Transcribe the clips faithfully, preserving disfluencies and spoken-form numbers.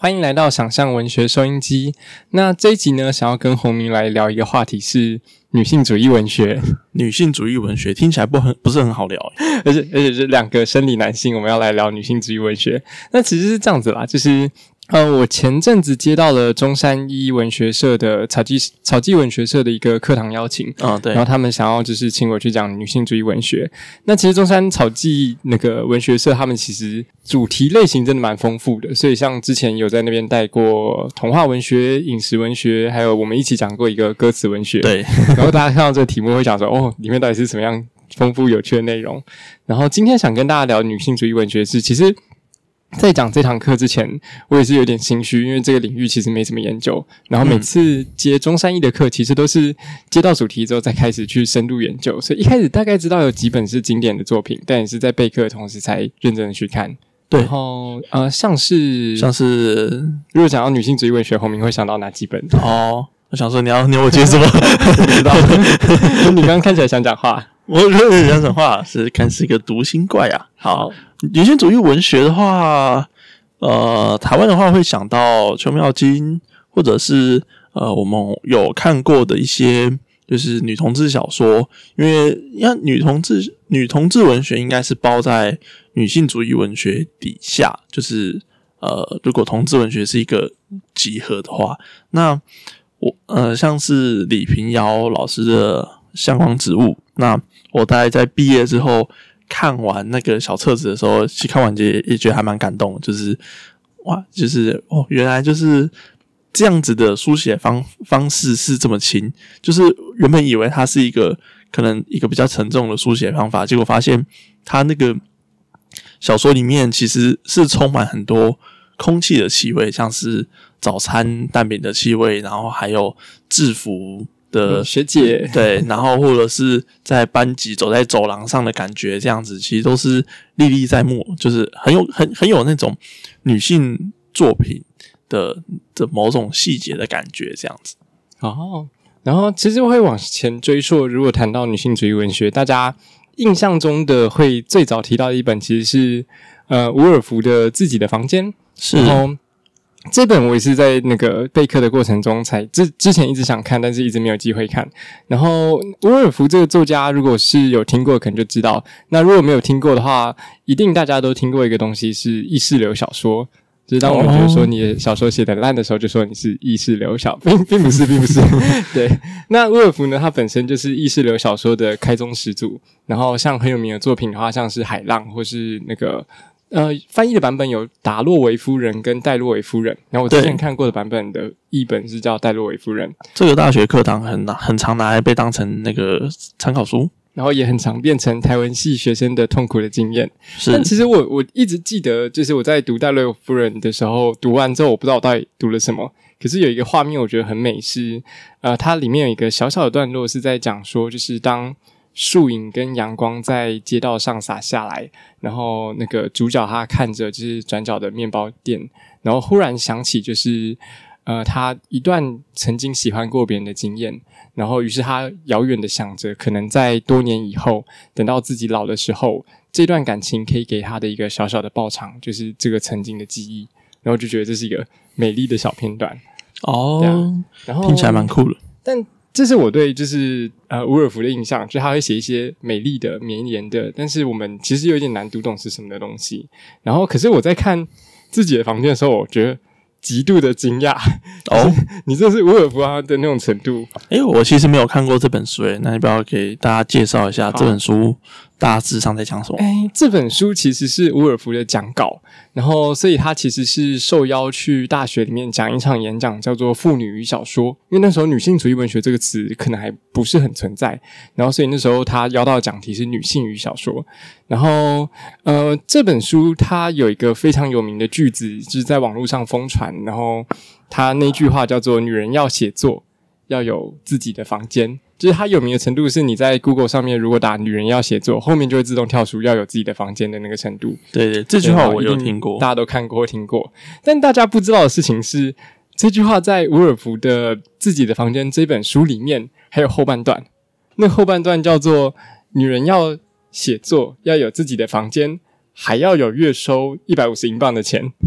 欢迎来到想象文学收音机。那这一集呢，想要跟洪明来聊一个话题是女性主义文学。 女性主义文学听起来不很不是很好聊， 而且而且是两个生理男性，我们要来聊女性主义文学。那其实是这样子啦，就是呃，我前阵子接到了中山一文学社的草记草记文学社的一个课堂邀请， 啊、哦，对， 然后他们想要就是请我去讲女性主义文学。那其实中山草记那个文学社，他们其实主题类型真的蛮丰富的，所以像之前有在那边带过童话文学、饮食文学，还有我们一起讲过一个歌词文学。 对， 然后大家看到这个题目会讲说，哦，里面到底是什么样丰富有趣的内容。然后今天想跟大家聊女性主义文学是，其实在讲这堂课之前，我也是有点心虚，因为这个领域其实没什么研究。然后每次接中山一的课，其实都是接到主题之后再开始去深度研究，所以一开始大概知道有几本是经典的作品，但也是在备课的同时才认真的去看。 对， 然后呃，像是像是如果讲到女性主义文学，洪明会想到哪几本？ 哦，我想说你要你要我接什么？ 不知道。你刚刚看起来想讲话。 我认为想讲话是看是一个读心怪啊。好，女性主义文学的话，呃，台湾的话会想到邱妙津，或者是呃，我们有看过的一些就是女同志小说，因为因为女同志女同志文学应该是包在女性主义文学底下，就是呃，如果同志文学是一个集合的话，那我呃像是李屏瑶老师的《向光植物》，那我大概在毕业之后看完那个小册子的时候，其实看完也也觉得还蛮感动的，就是哇，就是哦，原来就是这样子的书写方方式是这么轻，就是原本以为它是一个可能一个比较沉重的书写方法，结果发现它那个小说里面其实是充满很多空气的气味，像是早餐蛋饼的气味，然后还有制服的、 嗯、学姐， 对，然后或者是在班级走在走廊上的感觉，这样子其实都是历历在目，就是很有很很有那种女性作品的的某种细节的感觉，这样子。 哦，然后其实会往前追溯，如果谈到女性主义文学，大家印象中的会最早提到的一本其实是呃伍尔夫的《自己的房间》， 是。 然后这本我也是在那个备课的过程中才之之前一直想看，但是一直没有机会看。然后伍尔夫这个作家，如果是有听过，可能就知道；那如果没有听过的话，一定大家都听过一个东西是意识流小说。就是当我们觉得说你的小说写得烂的时候，就说你是意识流小，并并不是，并不是。对，那伍尔夫呢，他本身就是意识流小说的开宗始祖。然后像很有名的作品的话，像是《海浪》或是那个。呃，翻译的版本有达洛维夫人跟戴洛维夫人，然后我之前看过的版本的译本是叫戴洛维夫人。 这个大学课堂很很常拿来被当成那个参考书， 然后也很常变成台文系学生的痛苦的经验。 是， 但其实我我一直记得，就是我在读戴洛维夫人的时候，读完之后我不知道我到底读了什么，可是有一个画面我觉得很美，是呃，它里面有一个小小的段落是在讲说，就是当树影跟阳光在街道上洒下来，然后那个主角他看着就是转角的面包店，然后忽然想起就是呃他一段曾经喜欢过别人的经验，然后于是他遥远的想着可能在多年以后，等到自己老的时候，这段感情可以给他的一个小小的报偿，就是这个曾经的记忆，然后就觉得这是一个美丽的小片段哦、 啊、然后听起来蛮酷的。 但这是我对就是呃伍尔夫的印象，就是他会写一些美丽的绵延的，但是我们其实有点难读懂是什么的东西。然后可是我在看自己的房间的时候，我觉得极度的惊讶哦，你这是伍尔夫啊的那种程度。 诶，我其实没有看过这本书诶，那你不要给大家介绍一下这本书大致上在讲什么？ 诶，这本书其实是伍尔夫的讲稿，然后所以他其实是受邀去大学里面讲一场演讲，叫做《妇女与小说》，因为那时候女性主义文学这个词可能还不是很存在，然后所以那时候他邀到的讲题是女性与小说。然后呃，这本书它有一个非常有名的句子，就是在网络上疯传，然后他那句话叫做女人要写作要有自己的房间，就是它有名的程度是你在 Google 上面如果打女人要写作，后面就会自动跳出要有自己的房间的那个程度。 对对，这句话我有听过， 大家都看过或听过。但大家不知道的事情是，这句话在伍尔夫的自己的房间这本书里面还有后半段，那后半段叫做女人要写作要有自己的房间，还要有月收一百五十英镑的钱。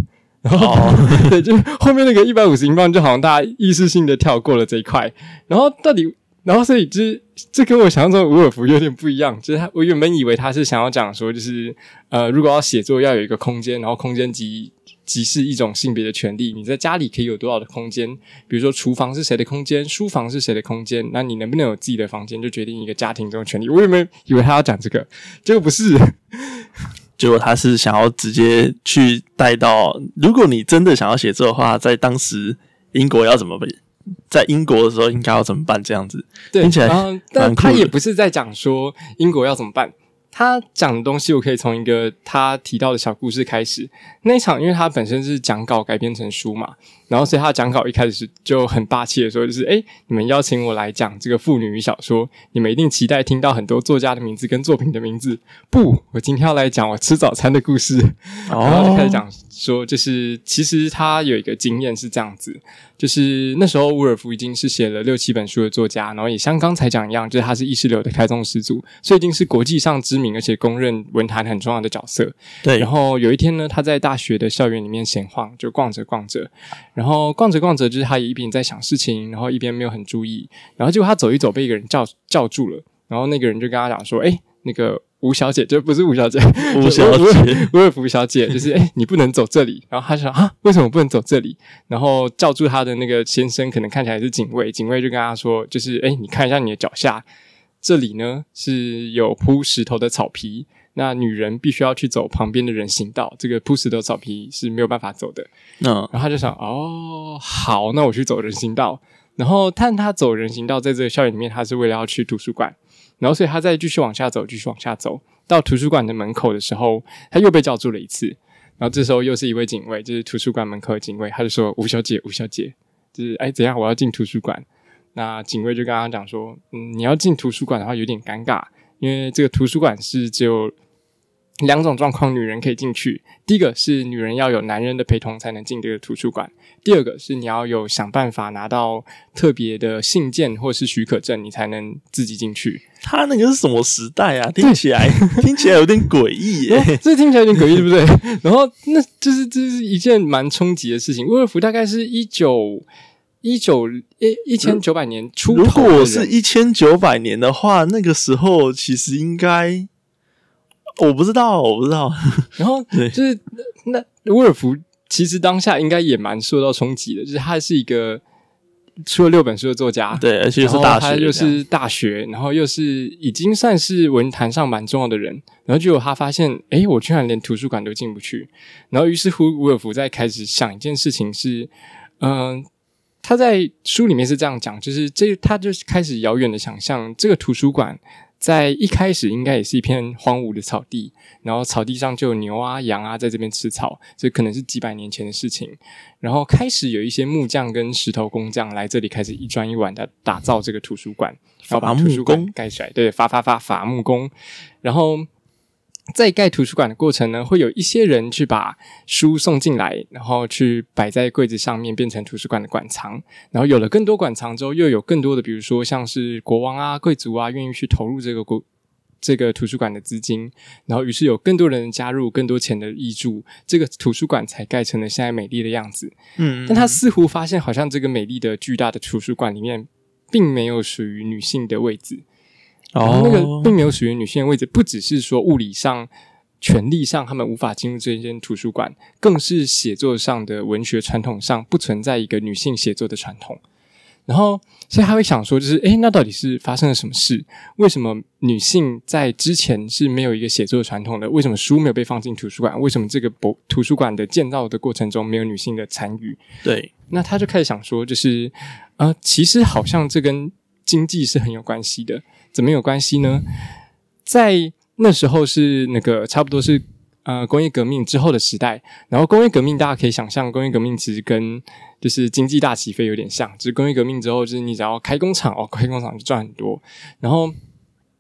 然后、哦、对，就后面那个一百五十英镑就好像大家意识性的跳过了这一块，然后到底然后所以就是这跟我想象中的伍尔夫有点不一样，就是他我原本以为他是想要讲说就是呃如果要写作要有一个空间，然后空间即即是一种性别的权利，你在家里可以有多少的空间，比如说厨房是谁的空间，书房是谁的空间，那你能不能有自己的房间就决定一个家庭中的权利。我原本以为他要讲这个，结果不是， 结果他是想要直接去带到，如果你真的想要写作的话，在当时英国要怎么办，在英国的时候应该要怎么办，这样子对， 听起来嗯，但他也不是在讲说英国要怎么办，他讲的东西我可以从一个他提到的小故事开始。那一场因为他本身是讲稿改编成书嘛，然后所以他讲稿一开始就很霸气的说，就是诶你们邀请我来讲这个妇女与小说，你们一定期待听到很多作家的名字跟作品的名字，不，我今天要来讲我吃早餐的故事。哦、然后就开始讲说，就是其实他有一个经验是这样子，就是那时候伍尔夫已经是写了六七本书的作家，然后也像刚才讲一样，就是他是意识流的开宗始祖，所以已经是国际上知名而且公认文坛很重要的角色。 对， 然后有一天呢，他在大学的校园里面闲晃，就逛着逛着，然后逛着逛着，就是他也一边在想事情，然后一边没有很注意，然后结果他走一走被一个人叫叫住了，然后那个人就跟他讲说，诶那个吴小姐，就不是吴小姐， 吴小姐， 伍尔夫小姐，就是诶你不能走这里。然后他就说啊，为什么不能走这里？然后叫住他的那个先生，可能看起来是警卫，警卫就跟他说，就是诶你看一下你的脚下，这里呢是有铺石头的草皮，那女人必须要去走旁边的人行道，这个铺石头草皮是没有办法走的。嗯，然后他就想，哦，好，那我去走人行道。然后但他走人行道，在这个校园里面，他是为了要去图书馆。然后所以他再继续往下走，继续往下走，到图书馆的门口的时候，他又被叫住了一次。然后这时候又是一位警卫，就是图书馆门口的警卫，他就说：“吴小姐，吴小姐，就是哎怎样？我要进图书馆。”那警卫就跟他讲说：“嗯，你要进图书馆的话有点尴尬，因为这个图书馆是只有两种状况女人可以进去。第一个是女人要有男人的陪同才能进这个图书馆，第二个是你要有想办法拿到特别的信件或是许可证，你才能自己进去。” 他那个是什么时代啊？听起来听起来有点诡异耶。 这听起来有点诡异，对不对？然后那就是这是一件蛮冲击的事情。伍尔夫大概是一九一九一一千九百年出头的人。 如果是一千九百年的话，那个时候其实应该我不知道，我不知道。 然后就是那伍尔夫其实当下应该也蛮受到冲击的，就是他是一个出了六本书的作家， 对，而且又是大学， 他又是大学，然后又是已经算是文坛上蛮重要的人，然后结果他发现，诶，我居然连图书馆都进不去。然后于是乎，伍尔夫在开始想一件事情是，嗯、呃，他在书里面是这样讲，就是这他就开始遥远的想象这个图书馆。在一开始应该也是一片荒芜的草地，然后草地上就有牛啊羊啊在这边吃草，这可能是几百年前的事情。然后开始有一些木匠跟石头工匠来这里开始一砖一瓦的打造这个图书馆，然后把图书馆盖起来，对，发发发伐木工。然后在盖图书馆的过程呢，会有一些人去把书送进来，然后去摆在柜子上面变成图书馆的馆藏。然后有了更多馆藏之后，又有更多的比如说像是国王啊贵族啊愿意去投入这个国这个图书馆的资金，然后于是有更多人加入，更多钱的挹注，这个图书馆才盖成了现在美丽的样子。嗯，但他似乎发现好像这个美丽的巨大的图书馆里面并没有属于女性的位置。然后那个并没有属于女性的位置，不只是说物理上权力上他们无法进入这间图书馆，更是写作上的文学传统上不存在一个女性写作的传统。然后所以他会想说，就是诶那到底是发生了什么事？为什么女性在之前是没有一个写作的传统的？为什么书没有被放进图书馆？为什么这个图书馆的建造的过程中没有女性的参与？ 对， 那他就开始想说，就是呃，其实好像这跟经济是很有关系的。怎么有关系呢？在那时候是那个差不多是呃工业革命之后的时代，然后工业革命大家可以想象，工业革命其实跟就是经济大起飞有点像，就是工业革命之后，就是你只要开工厂哦，开工厂就赚很多。然后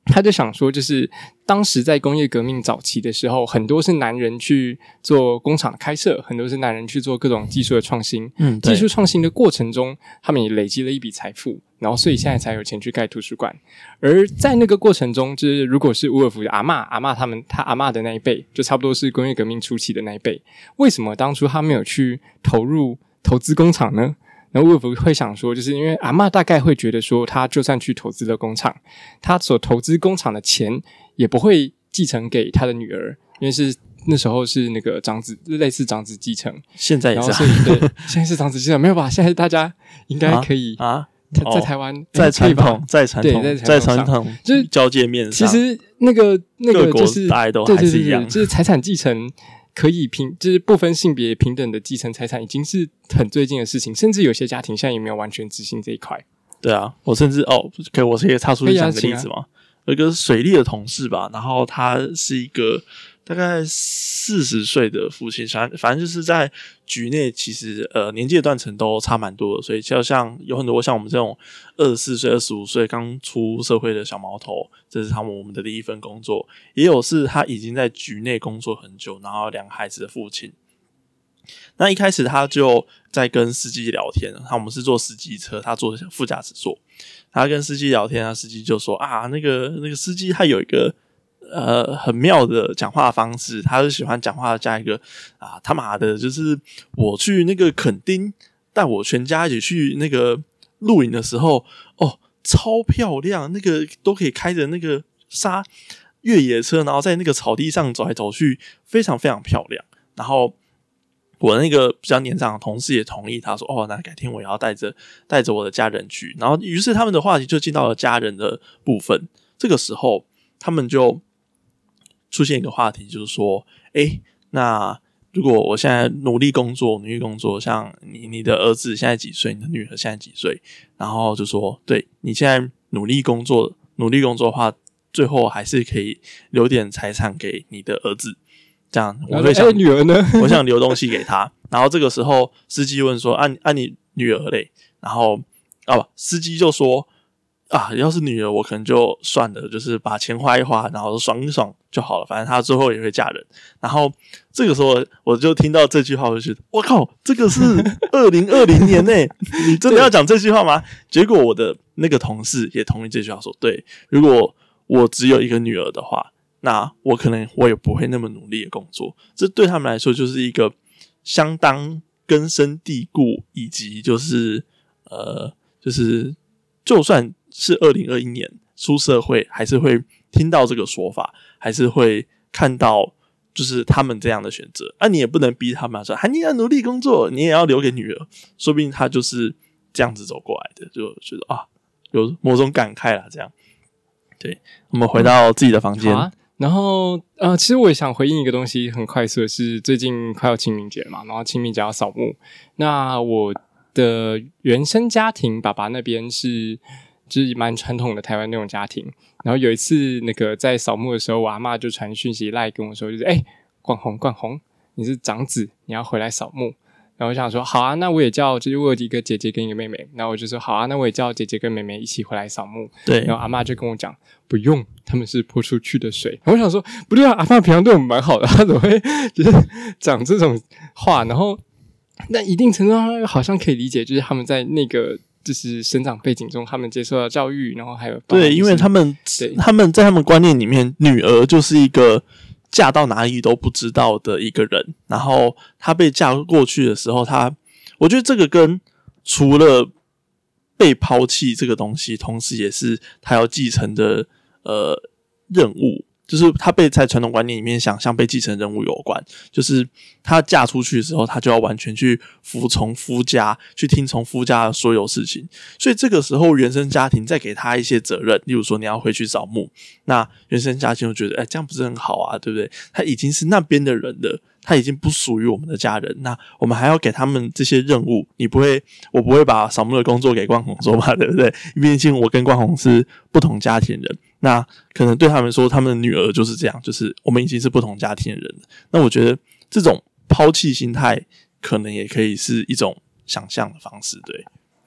他就想说，就是当时在工业革命早期的时候，很多是男人去做工厂的开设，很多是男人去做各种技术的创新。 嗯， 技术创新的过程中，他们也累积了一笔财富，然后所以现在才有钱去盖图书馆。而在那个过程中，就是如果是伍尔夫的阿嬷、阿嬷他们，他阿嬷的那一辈，就差不多是工业革命初期的那一辈，为什么当初他没有去投入投资工厂呢？然后伍尔夫会想说，就是因为阿嬷大概会觉得说，他就算去投资了工厂，他所投资工厂的钱也不会继承给他的女儿，因为是那时候是那个长子，类似长子继承。 现在也是、啊， 对，现在是长子继承，没有吧？现在大家应该可以啊，啊在台湾、哦、 在传统，在传统， 对， 在传统就是交界面上， 其实那个那个就是大家都还是一样， 对对对对，就是财产继承。可以平，就是不分性别平等的继承财产，已经是很最近的事情，甚至有些家庭现在也没有完全执行这一块。 对啊，我甚至哦，可以我可以插出去讲个例子吗？啊、有一个水利的同事吧，然后他是一个大概四十岁的父亲，反反正就是在局内，其实呃年纪的断层都差蛮多的，所以就像有很多像我们这种二十四岁、二十五岁刚出社会的小毛头，这是他们我们的第一份工作，也有是他已经在局内工作很久，然后两个孩子的父亲。那一开始他就在跟司机聊天，他我们是坐司机车，他坐副驾驶座，他跟司机聊天，他司机就说啊，那个那个司机他有一个呃很妙的讲话方式，他就喜欢讲话加一个啊他妈的，就是我去那个垦丁带我全家一起去那个露营的时候，哦，超漂亮，那个都可以开着那个沙越野车，然后在那个草地上走来走去，非常非常漂亮。然后我那个比较年长的同事也同意，他说：“哦，那改天我也要带着带着我的家人去。”然后，于是他们的话题就进到了家人的部分。这个时候，他们就出现一个话题，就是说：“哎，那如果我现在努力工作，努力工作，像你你的儿子现在几岁？你的女儿现在几岁？”然后就说：“对你现在努力工作，努力工作的话，最后还是可以留点财产给你的儿子。”这样，我会想、 欸、女儿呢？ 我想留东西给他。然后这个时候，司机问说：“啊，啊你女儿嘞？”然后啊不，司机就说：“啊，要是女儿，我可能就算了，就是把钱花一花，然后爽一爽就好了。反正她最后也会嫁人。”然后这个时候，我就听到这句话，我就觉得：“我靠，这个是二零二零年内，你真的要讲这句话吗？”结果我的那个同事也同意这句话，说：“对，如果我只有一个女儿的话。”那我可能我也不会那么努力的工作，这对他们来说就是一个相当根深蒂固，以及就是呃，就是就算是二零二一年出社会，还是会听到这个说法，还是会看到就是他们这样的选择。啊，你也不能逼他们说，啊，你要努力工作，你也要留给女儿，说不定他就是这样子走过来的，就觉得啊，有某种感慨啦，这样。对，我们回到自己的房间。 嗯然后呃，其实我也想回应一个东西，很快速的是，最近快要清明节了嘛，然后清明节要扫墓。那我的原生家庭，爸爸那边是就是蛮传统的台湾那种家庭。然后有一次那个在扫墓的时候，我阿嬷就传讯息赖跟我说，就是哎，冠宏冠宏，你是长子，你要回来扫墓。然后我想说好啊，那我也叫，就是我有一个姐姐跟一个妹妹，然后我就说好啊，那我也叫姐姐跟妹妹一起回来扫墓。 对， 然后阿嬷就跟我讲不用，他们是泼出去的水。然后我想说不对啊，阿嬷平常对我们蛮好的，她怎么会就是讲这种话？然后那一定程度上好像可以理解，就是他们在那个就是生长背景中，他们接受到教育，然后还有对，因为他们他们在他们观念里面，女儿就是一个嫁到哪里都不知道的一个人，然后她被嫁过去的时候，她我觉得这个跟除了被抛弃这个东西，同时也是她要继承的呃任务，就是她被在传统观念里面想象被继承任务有关，就是她嫁出去的时候，她就要完全去服从夫家，去听从夫家的所有事情，所以这个时候原生家庭再给她一些责任，例如说你要回去扫墓，那原生家庭就觉得哎，这样不是很好啊，对不对？他已经是那边的人了，他已经不属于我们的家人，那我们还要给他们这些任务，你不会，我不会把扫墓的工作给冠宏做嘛，对不对？毕竟我跟冠宏是不同家庭人，那可能对他们说，他们的女儿就是这样，就是我们已经是不同家庭的人了。那我觉得这种抛弃心态，可能也可以是一种想象的方式，对。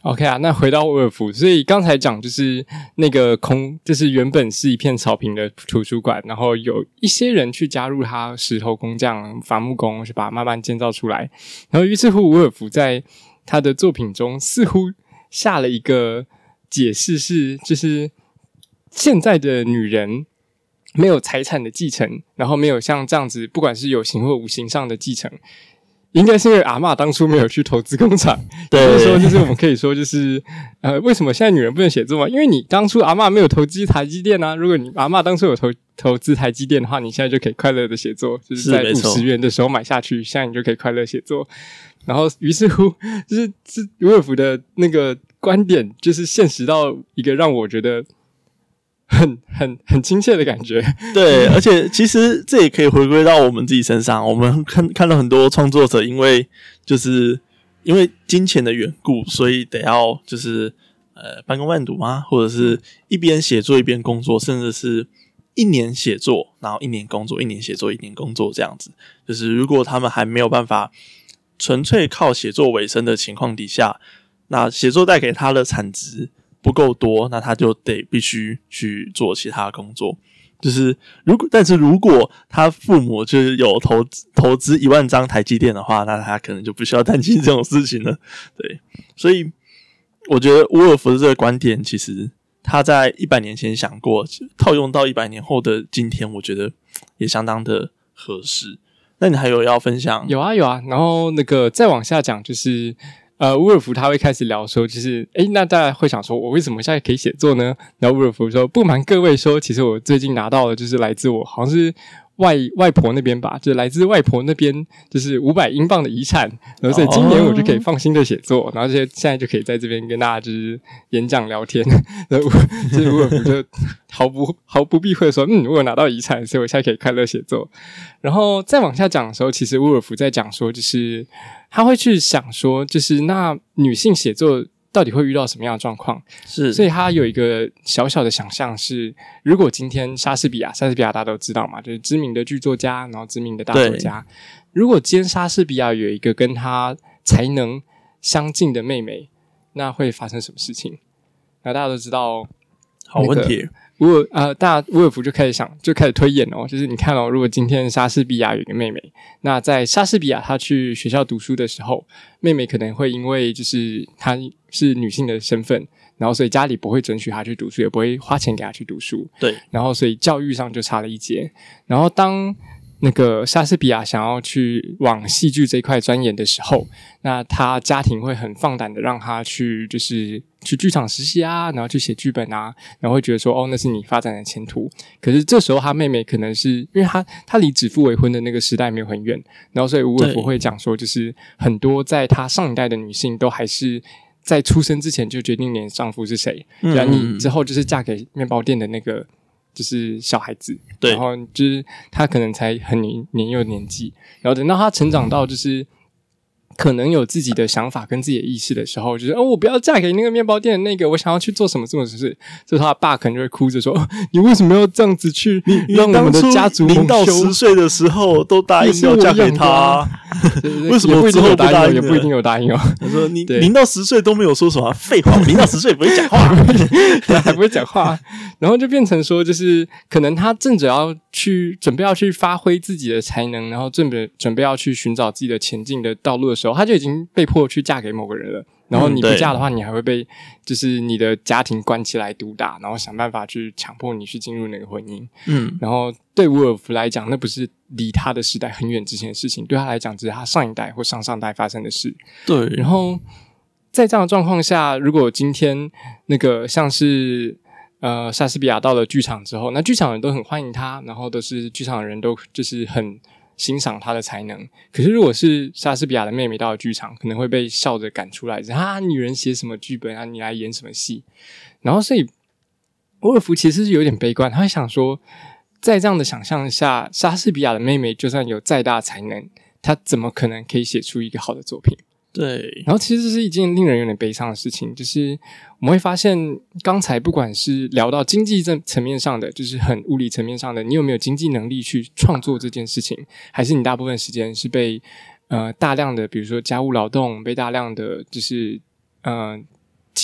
OK 啊，那回到沃尔夫，所以刚才讲就是那个空，就是原本是一片草坪的图书馆，然后有一些人去加入他石头工匠、伐木工，去把它慢慢建造出来。然后于是乎，沃尔夫在他的作品中似乎下了一个解释是，就是现在的女人没有财产的继承，然后没有像这样子，不管是有形或无形上的继承。应该是因为阿嬷当初没有去投资工厂， 对， 所以说就是我们可以说就是呃，为什么现在女人不能写作嘛？因为你当初阿嬷没有投资台积电啊，如果你阿嬷当初有投投资台积电的话，你现在就可以快乐的写作，就是在五十元的时候买下去，现在你就可以快乐写作。然后于是乎，就是是沃尔夫的那个观点，就是现实到一个让我觉得。很很很亲切的感觉， 对，而且其实这也可以回归到我们自己身上。我们看看到很多创作者，因为就是因为金钱的缘故，所以得要就是呃半工半读吗？或者是一边写作一边工作，甚至是一年写作，然后一年工作，一年写作，一年工作这样子。就是如果他们还没有办法纯粹靠写作为生的情况底下，那写作带给他的产值不够多，那他就得必须去做其他工作。就是如果，但是如果他父母就是有投资投资一万张台积电的话，那他可能就不需要担心这种事情了。对，所以我觉得沃尔夫的这个观点，其实他在一百年前想过，套用到一百年后的今天，我觉得也相当的合适。那你还有要分享？ 有啊有啊，然后那个再往下讲就是。呃，沃尔夫他会开始聊说，就是诶，那大家会想说，我为什么现在可以写作呢？然后沃尔夫说，不瞒各位说，其实我最近拿到的就是来自我好像是外外婆那边吧，就是来自外婆那边就是五百英镑的遗产，然后所以今年我就可以放心的写作，然后现在就可以在这边跟大家就是演讲聊天，然后就是沃尔夫就毫不毫不避讳说，嗯，我有拿到遗产，所以我现在可以快乐写作。然后再往下讲的时候，其实沃尔夫在讲说，就是他会去想说，就是那女性写作到底会遇到什么样的状况？ 是， 所以他有一个小小的想象是，如果今天莎士比亚，莎士比亚大家都知道嘛，就是知名的剧作家，然后知名的大作家。如果今天莎士比亚有一个跟他才能相近的妹妹，那会发生什么事情？那大家都知道， 好问题。 沃尔呃，大家沃尔夫就开始想，就开始推演哦，就是你看哦，如果今天莎士比亚有一个妹妹，那在莎士比亚他去学校读书的时候，妹妹可能会因为就是她是女性的身份，然后所以家里不会准许她去读书，也不会花钱给她去读书， 对， 然后所以教育上就差了一截。然后当那个莎士比亚想要去往戏剧这一块钻研的时候，那他家庭会很放胆的让他去就是去剧场实习啊，然后去写剧本啊，然后会觉得说哦，那是你发展的前途。可是这时候他妹妹可能是因为他他离指腹为婚的那个时代没有很远，然后所以伍尔夫会讲说，就是很多在他上一代的女性都还是在出生之前就决定你的丈夫是谁，然后你之后就是嫁给面包店的那个就是小孩子， 对， 然后就是他可能才很年年幼年纪，然后等到他成长到就是可能有自己的想法跟自己的意识的时候，就是哦，我不要嫁给那个面包店的那个，我想要去做什么这么事。所以他爸可能就会哭着说：“哦、你为什么要这样子去让我们的家族零到十岁的时候都答应要嫁给他？为什么之后不答应？ 也不一定有答应哦。” 他说：“你零到十岁都没有说什么废话，零到十岁不会讲话， 还不会讲话。”然后就变成说，就是可能他正着要去准备要去发挥自己的才能，然后准备准备要去寻找自己的前进的道路的时候，他就已经被迫去嫁给某个人了。然后你不嫁的话，你还会被就是你的家庭关起来毒打，然后想办法去强迫你去进入那个婚姻。嗯，然后对伍尔夫来讲，那不是离他的时代很远之前的事情，对他来讲，只是他上一代或上上代发生的事。 对， 然后在这样的状况下，如果今天那个像是呃莎士比亚到了剧场之后，那剧场人都很欢迎他，然后都是剧场的人都就是很欣赏他的才能。可是如果是莎士比亚的妹妹到了剧场，可能会被笑着赶出来，啊，女人写什么剧本啊，你来演什么戏。然后所以伍尔夫其实是有点悲观，他会想说，在这样的想象下，莎士比亚的妹妹就算有再大才能，她怎么可能可以写出一个好的作品？ 对， 然后其实这是一件令人有点悲伤的事情，就是我们会发现，刚才不管是聊到经济层面上的，就是很物理层面上的，你有没有经济能力去创作这件事情，还是你大部分时间是被呃大量的，比如说家务劳动，被大量的就是呃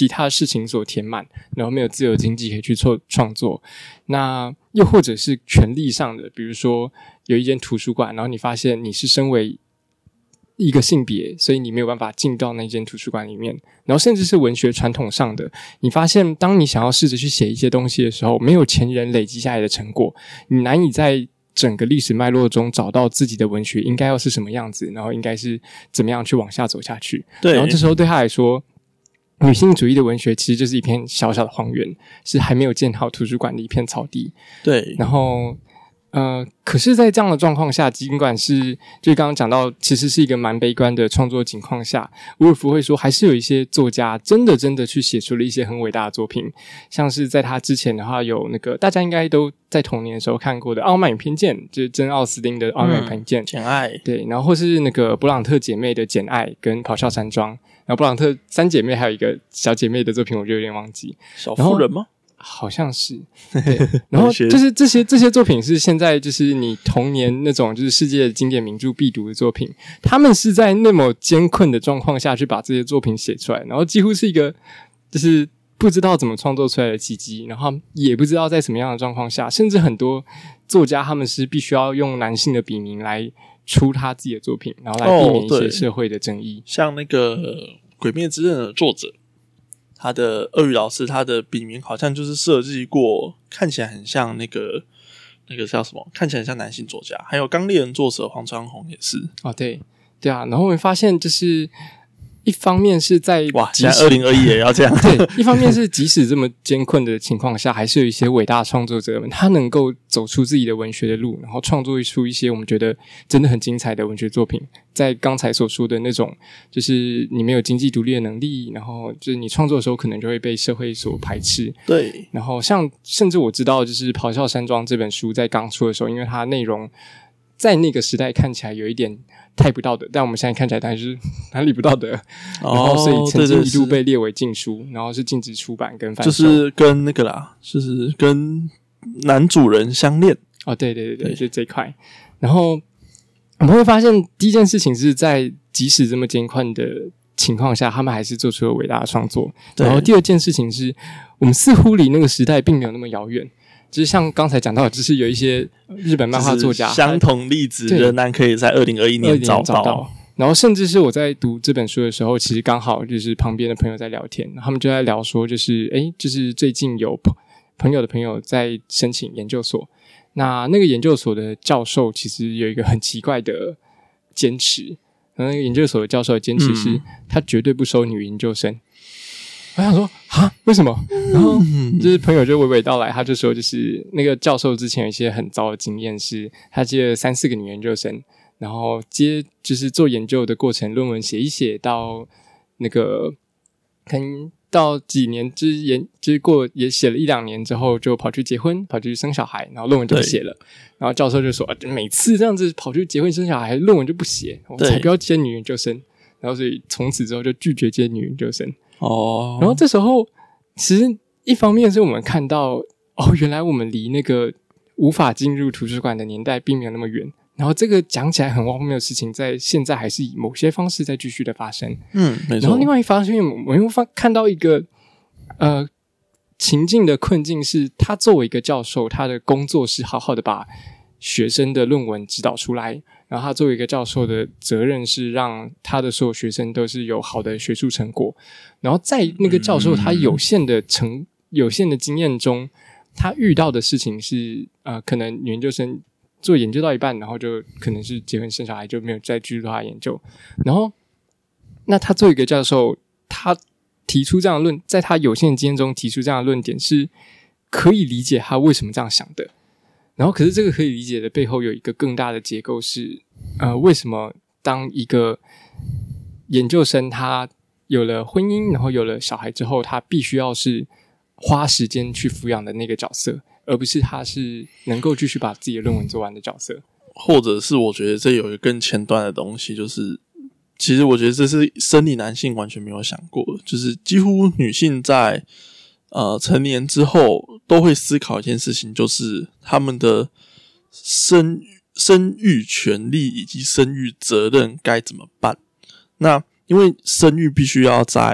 其他事情所填满，然后没有自由经济可以去做创作。那又或者是权力上的，比如说有一间图书馆，然后你发现你是身为一个性别，所以你没有办法进到那间图书馆里面，然后甚至是文学传统上的，你发现当你想要试着去写一些东西的时候，没有前人累积下来的成果，你难以在整个历史脉络中找到自己的文学应该要是什么样子，然后应该是怎么样去往下走下去。对，然后这时候对他来说，女性主义的文学其实就是一片小小的荒原，是还没有建好图书馆的一片草地。 对， 然后呃，可是在这样的状况下，尽管是就刚刚讲到其实是一个蛮悲观的创作情况下，伍尔夫会说还是有一些作家真的真的去写出了一些很伟大的作品，像是在他之前的话有那个大家应该都在童年的时候看过的《傲慢与偏见》，就是珍奥斯汀的《傲慢与偏见》， 简爱， 对，然后或是那个布朗特姐妹的《简爱》跟《咆哮山庄》，然后布朗特三姐妹还有一个小姐妹的作品我就有点忘记， 小妇人吗？ 好像是，对。然后就是这些这些作品是现在就是你童年那种就是世界经典名著必读的作品，他们是在那么艰困的状况下去把这些作品写出来，然后几乎是一个就是不知道怎么创作出来的奇迹，然后也不知道在什么样的状况下，甚至很多作家他们是必须要用男性的笔名来出他自己的作品，然后来避免一些社会的争议。 哦、像那个《鬼灭之刃》的作者。他的鳄鱼老师，他的笔名好像就是设计过，看起来很像那个那个叫什么？看起来很像男性作家。还有《钢猎人》作者黄川弘也是。 哦，对对啊。然后我们发现，就是一方面是在哇，现在二零二一也要这样。 对，一方面是即使这么艰困的情况下，还是有一些伟大的创作者们，他能够走出自己的文学的路，然后创作出一些我们觉得真的很精彩的文学作品。在刚才所说的那种，就是你没有经济独立的能力，然后就是你创作的时候可能就会被社会所排斥。 对。然后像甚至我知道，就是《咆哮山庄》这本书在刚出的时候，因为它内容在那个时代看起来有一点太不道德，但我们现在看起来当然是哪里不道德，然后所以曾经一度被列为禁书，对对对，然后是禁止出版跟贩售， 就是跟那个啦，就是跟男主人相恋。 哦，对对对对，就这一块。然后我们会发现，第一件事情是在即使这么艰困的情况下，他们还是做出了伟大的创作。然后第二件事情是，我们似乎离那个时代并没有那么遥远。就是像刚才讲到的，就是有一些日本漫画作家， 相同例子仍然可以在二零二一年找到。 找到然后甚至是我在读这本书的时候，其实刚好就是旁边的朋友在聊天，他们就在聊说，就是诶，就是最近有朋友的朋友在申请研究所，那那个研究所的教授其实有一个很奇怪的坚持，那个研究所的教授的坚持是、嗯、他绝对不收女研究生。我想说哈，为什么？然后就是朋友就娓娓道来，他就说就是那个教授之前有一些很糟的经验，是他接了三四个女研究生，然后接就是做研究的过程，论文写一写到那个可能到几年之研就是过也写了一两年之后，就跑去结婚，跑去生小孩，然后论文就不写了。然后教授就说、啊、每次这样子跑去结婚生小孩，论文就不写，我才不要接女研究生。然后所以从此之后就拒绝接女研究生。哦，然后这时候其实一方面是我们看到哦，原来我们离那个无法进入图书馆的年代并没有那么远，然后这个讲起来很荒谬的事情在现在还是以某些方式在继续的发生。 嗯，没错。 然后另外一方面我们又看到一个呃情境的困境是，他作为一个教授，他的工作是好好的把学生的论文指导出来，然后他作为一个教授的责任是让他的所有学生都是有好的学术成果，然后在那个教授他有限的成有限的经验中，他遇到的事情是呃，可能女研究生做研究到一半，然后就可能是结婚生小孩，就没有再继续他的研究。然后那他作为一个教授，他提出这样的论，在他有限的经验中提出这样的论点，是可以理解他为什么这样想的。然后可是这个可以理解的背后有一个更大的结构是呃，为什么当一个研究生他有了婚姻然后有了小孩之后，他必须要是花时间去抚养的那个角色，而不是他是能够继续把自己的论文做完的角色。 或者是我觉得这有一个更前端的东西，就是其实我觉得这是生理男性完全没有想过，就是几乎女性在呃，成年之后都会思考一件事情，就是他们的生生育权利以及生育责任该怎么办。那因为生育必须要在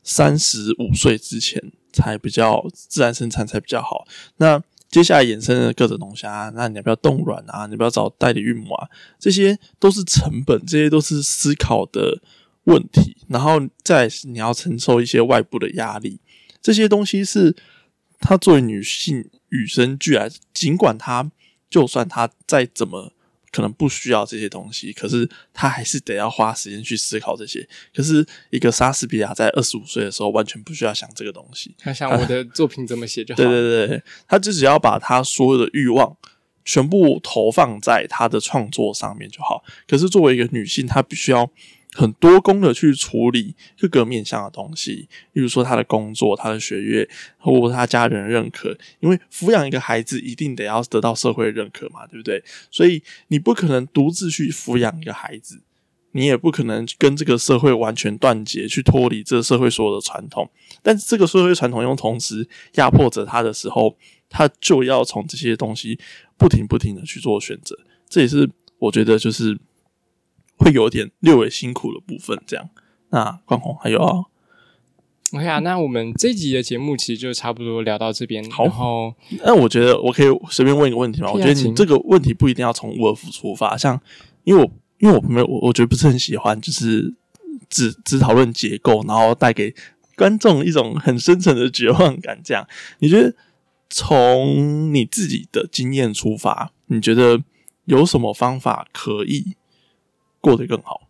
三十五岁之前才比较自然生产才比较好。那接下来衍生的各种东西啊，那你要不要冻卵啊？你要不要找代理孕母啊？这些都是成本，这些都是思考的问题。然后再来是你要承受一些外部的压力，这些东西是她作为女性与生俱来，尽管她就算她再怎么可能不需要这些东西，可是她还是得要花时间去思考这些。可是一个莎士比亚在二十五岁的时候完全不需要想这个东西， 他想我的作品怎么写就好。 对对对，他就只要把他所有的欲望全部投放在他的创作上面就好。可是作为一个女性，她必须要很多工的去处理各个面向的东西，例如说她的工作、她的学业，或者她家人的认可。因为抚养一个孩子一定得要得到社会认可嘛，对不对？所以你不可能独自去抚养一个孩子，你也不可能跟这个社会完全断绝，去脱离这个社会所有的传统。但是这个社会传统又同时压迫着他的时候，他就要从这些东西不停不停的去做选择。这也是我觉得就是会有点略微辛苦的部分。这样，那冠宏还有啊 OK 啊，那我们这一集的节目其实就差不多聊到这边。 好， 然后那我觉得我可以随便问一个问题吗？我觉得你这个问题不一定要从沃尔夫出发，像因为我因为我没有我我觉得不是很喜欢，就是只只讨论结构，然后带给观众一种很深层的绝望感。这样，你觉得从你自己的经验出发，你觉得有什么方法可以过得更好？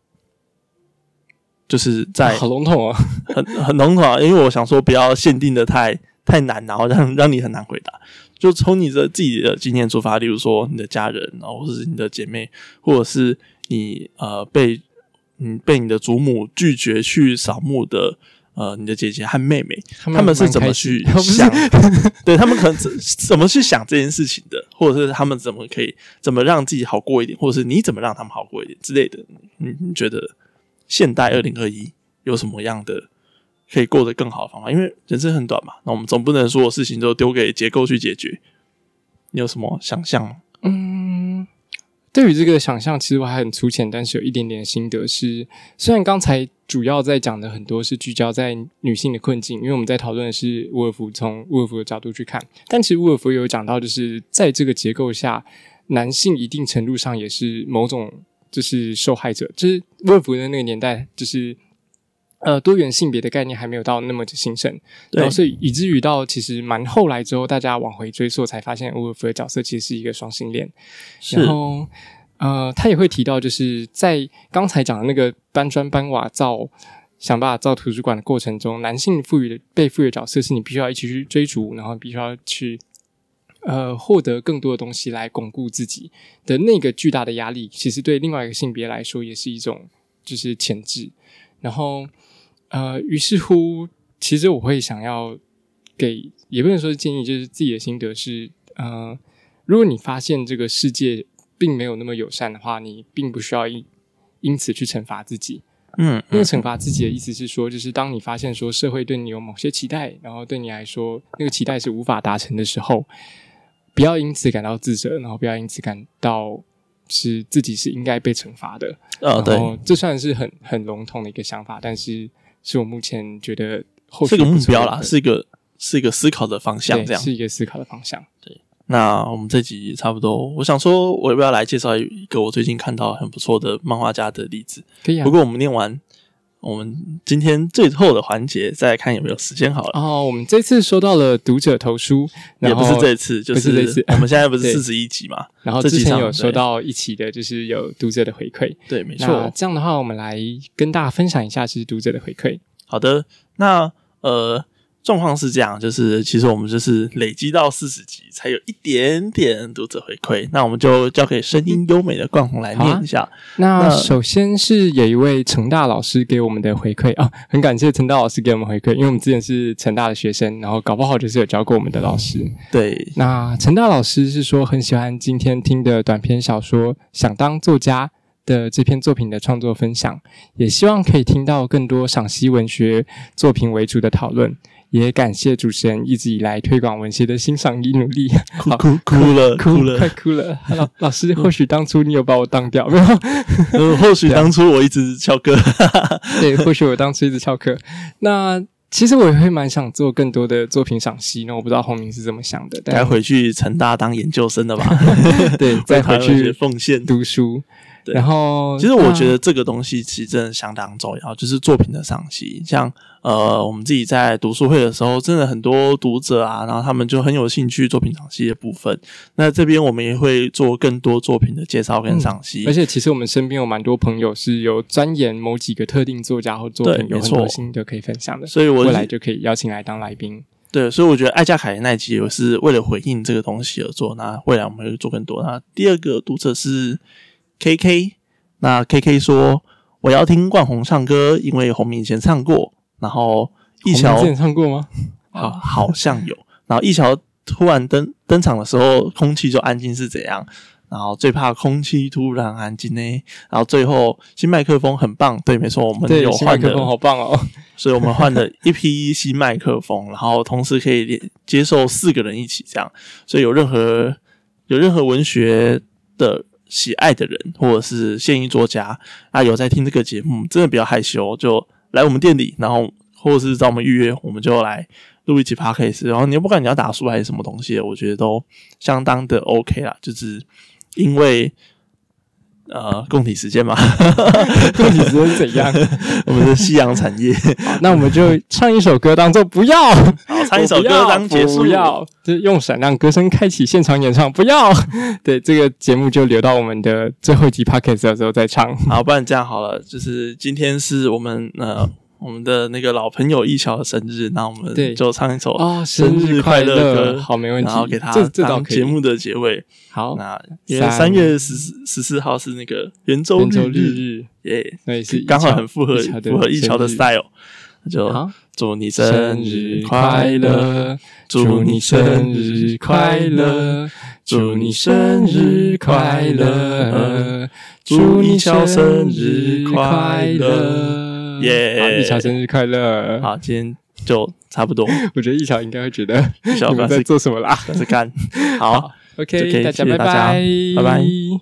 就是在好笼统啊， 很很笼统啊，因为我想说不要限定的太太难，然后让让你很难回答。就从你的自己的经验出发，例如说你的家人，然后或者是你的姐妹，或者是你呃被嗯被你的祖母拒绝去扫墓的呃你的姐姐和妹妹，他们, 他们是怎么去想？对，他们可能怎么去想这件事情的，或者是他们怎么可以怎么让自己好过一点，或者是你怎么让他们好过一点之类的。你你觉得现代二零二一有什么样的可以过得更好的方法？因为人生很短嘛，那我们总不能所有事情都丢给结构去解决。你有什么想象吗？ 嗯，对于这个想象，其实我还很粗浅，但是有一点点心得是，虽然刚才主要在讲的很多是聚焦在女性的困境，因为我们在讨论的是沃尔夫从沃尔夫的角度去看，但其实沃尔夫有讲到，就是在这个结构下，男性一定程度上也是某种就是受害者，就是沃尔夫的那个年代，就是呃多元性别的概念还没有到那么的兴盛，然后所以以至于到其实蛮后来之后，大家往回追溯才发现沃尔夫的角色其实是一个双性恋，然后呃他也会提到，就是在刚才讲的那个搬砖搬瓦造想办法造图书馆的过程中，男性赋予的被赋予的角色是你必须要一起去追逐，然后必须要去呃，获得更多的东西来巩固自己的那个巨大的压力，其实对另外一个性别来说也是一种就是钳制。然后呃，于是乎，其实我会想要给，也不能说是建议，就是自己的心得是，呃，如果你发现这个世界并没有那么友善的话，你并不需要因因此去惩罚自己。 嗯， 那个惩罚自己的意思是说，就是当你发现说社会对你有某些期待，然后对你来说那个期待是无法达成的时候，不要因此感到自责，然后不要因此感到是自己是应该被惩罚的。 哦，对， 这虽然是很很笼统的一个想法，但是是我目前觉得后续是个目标啦，是一个是一个思考的方向，这样是一个思考的方向。 对，那我们这集差不多，我想说，我要不要来介绍一个我最近看到很不错的漫画家的例子？ 可以啊。 不过我们念完。我们今天最后的环节，再来看有没有时间好了。 哦，我们这次收到了读者投书， 也不是这次，就是这次我们现在不是四十一集嘛？ 然后之前有收到一期的，就是有读者的回馈。 对，没错。 那这样的话，我们来跟大家分享一下是读者的回馈。 好的，那呃。状况是这样，就是其实我们就是累积到四十集才有一点点读者回馈，那我们就交给声音优美的冠宏来念一下。 啊、那, 那首先是有一位成大老师给我们的回馈啊，很感谢成大老师给我们回馈，因为我们之前是成大的学生，然后搞不好就是有教过我们的老师。 对， 那成大老师是说很喜欢今天听的短篇小说《想当作家》的这篇作品的创作分享，也希望可以听到更多赏析文学作品为主的讨论。也感谢主持人一直以来推广文学的欣赏与努力。 哭哭哭了， 哭哭了， 快哭了。老老师，或许当初你有把我当掉，没有？ 呃，或许当初我一直翘课。 对，或许我当初一直翘课。那其实我也会蛮想做更多的作品赏析，那我不知道洪明是怎么想的， 该回去成大当研究生的吧？ 对，再回去奉献读书。然后， 其实我觉得这个东西其实真的相当重要，就是作品的赏析。像呃，我们自己在读书会的时候，真的很多读者啊，然后他们就很有兴趣作品赏析的部分。那这边我们也会做更多作品的介绍跟赏析、 嗯。而且，其实我们身边有蛮多朋友是有钻研某几个特定作家或作品，有很多心得可以分享的， 所以我未来就可以邀请来当来宾。 对，所以我觉得艾嘉凯的那一集也是为了回应这个东西而做。那未来我们会做更多。那第二个读者是 K K。那 K K 说我要听冠宏唱歌，因为洪明以前唱过，然后一乔之前唱过吗？ 好，好像有。然后一乔突然登登场的时候，空气就安静是怎样？然后最怕空气突然安静呢。然后最后新麦克风很棒，对，没错，我们有换的新麦克风好棒哦， 所以我们换了一批新麦克风，然后同时可以接受四个人一起这样。所以有任何有任何文学的喜爱的人，或者是现役作家啊，有在听这个节目，真的不要害羞，就来我们店里，然后或者是找我们预约，我们就来录一期 podcast。然后你又不管你要打书还是什么东西，我觉得都相当的 OK 啦，就是因为呃共体时间嘛， 共体时间是怎样？ 我们的夕阳产业， 那我们就唱一首歌当做不要， 好，唱一首歌当结束， 不要，就是用闪亮歌声开启现场演唱，不要。对，这个节目就留到我们的最后一集 podcast 的时候再唱。 好，不然这样好了，就是今天是我们呃。我们的那个老朋友一乔的生日，那我们就唱一首生日快乐歌， 哦、好，没问题。 然后给他当节目的结尾。 好， 那因为三月十十四号是那个圆周日日，耶， 对，是刚好很符合符合一乔的 style。就祝你生日快乐，祝你生日快乐，祝你生日快乐，祝一乔生日快乐。耶！ Yeah, 一乔生日快乐！ 好，今天就差不多。 我觉得一乔应该会觉得你们在做什么啦？ 在干。好 ，OK， 大家拜拜， 拜拜。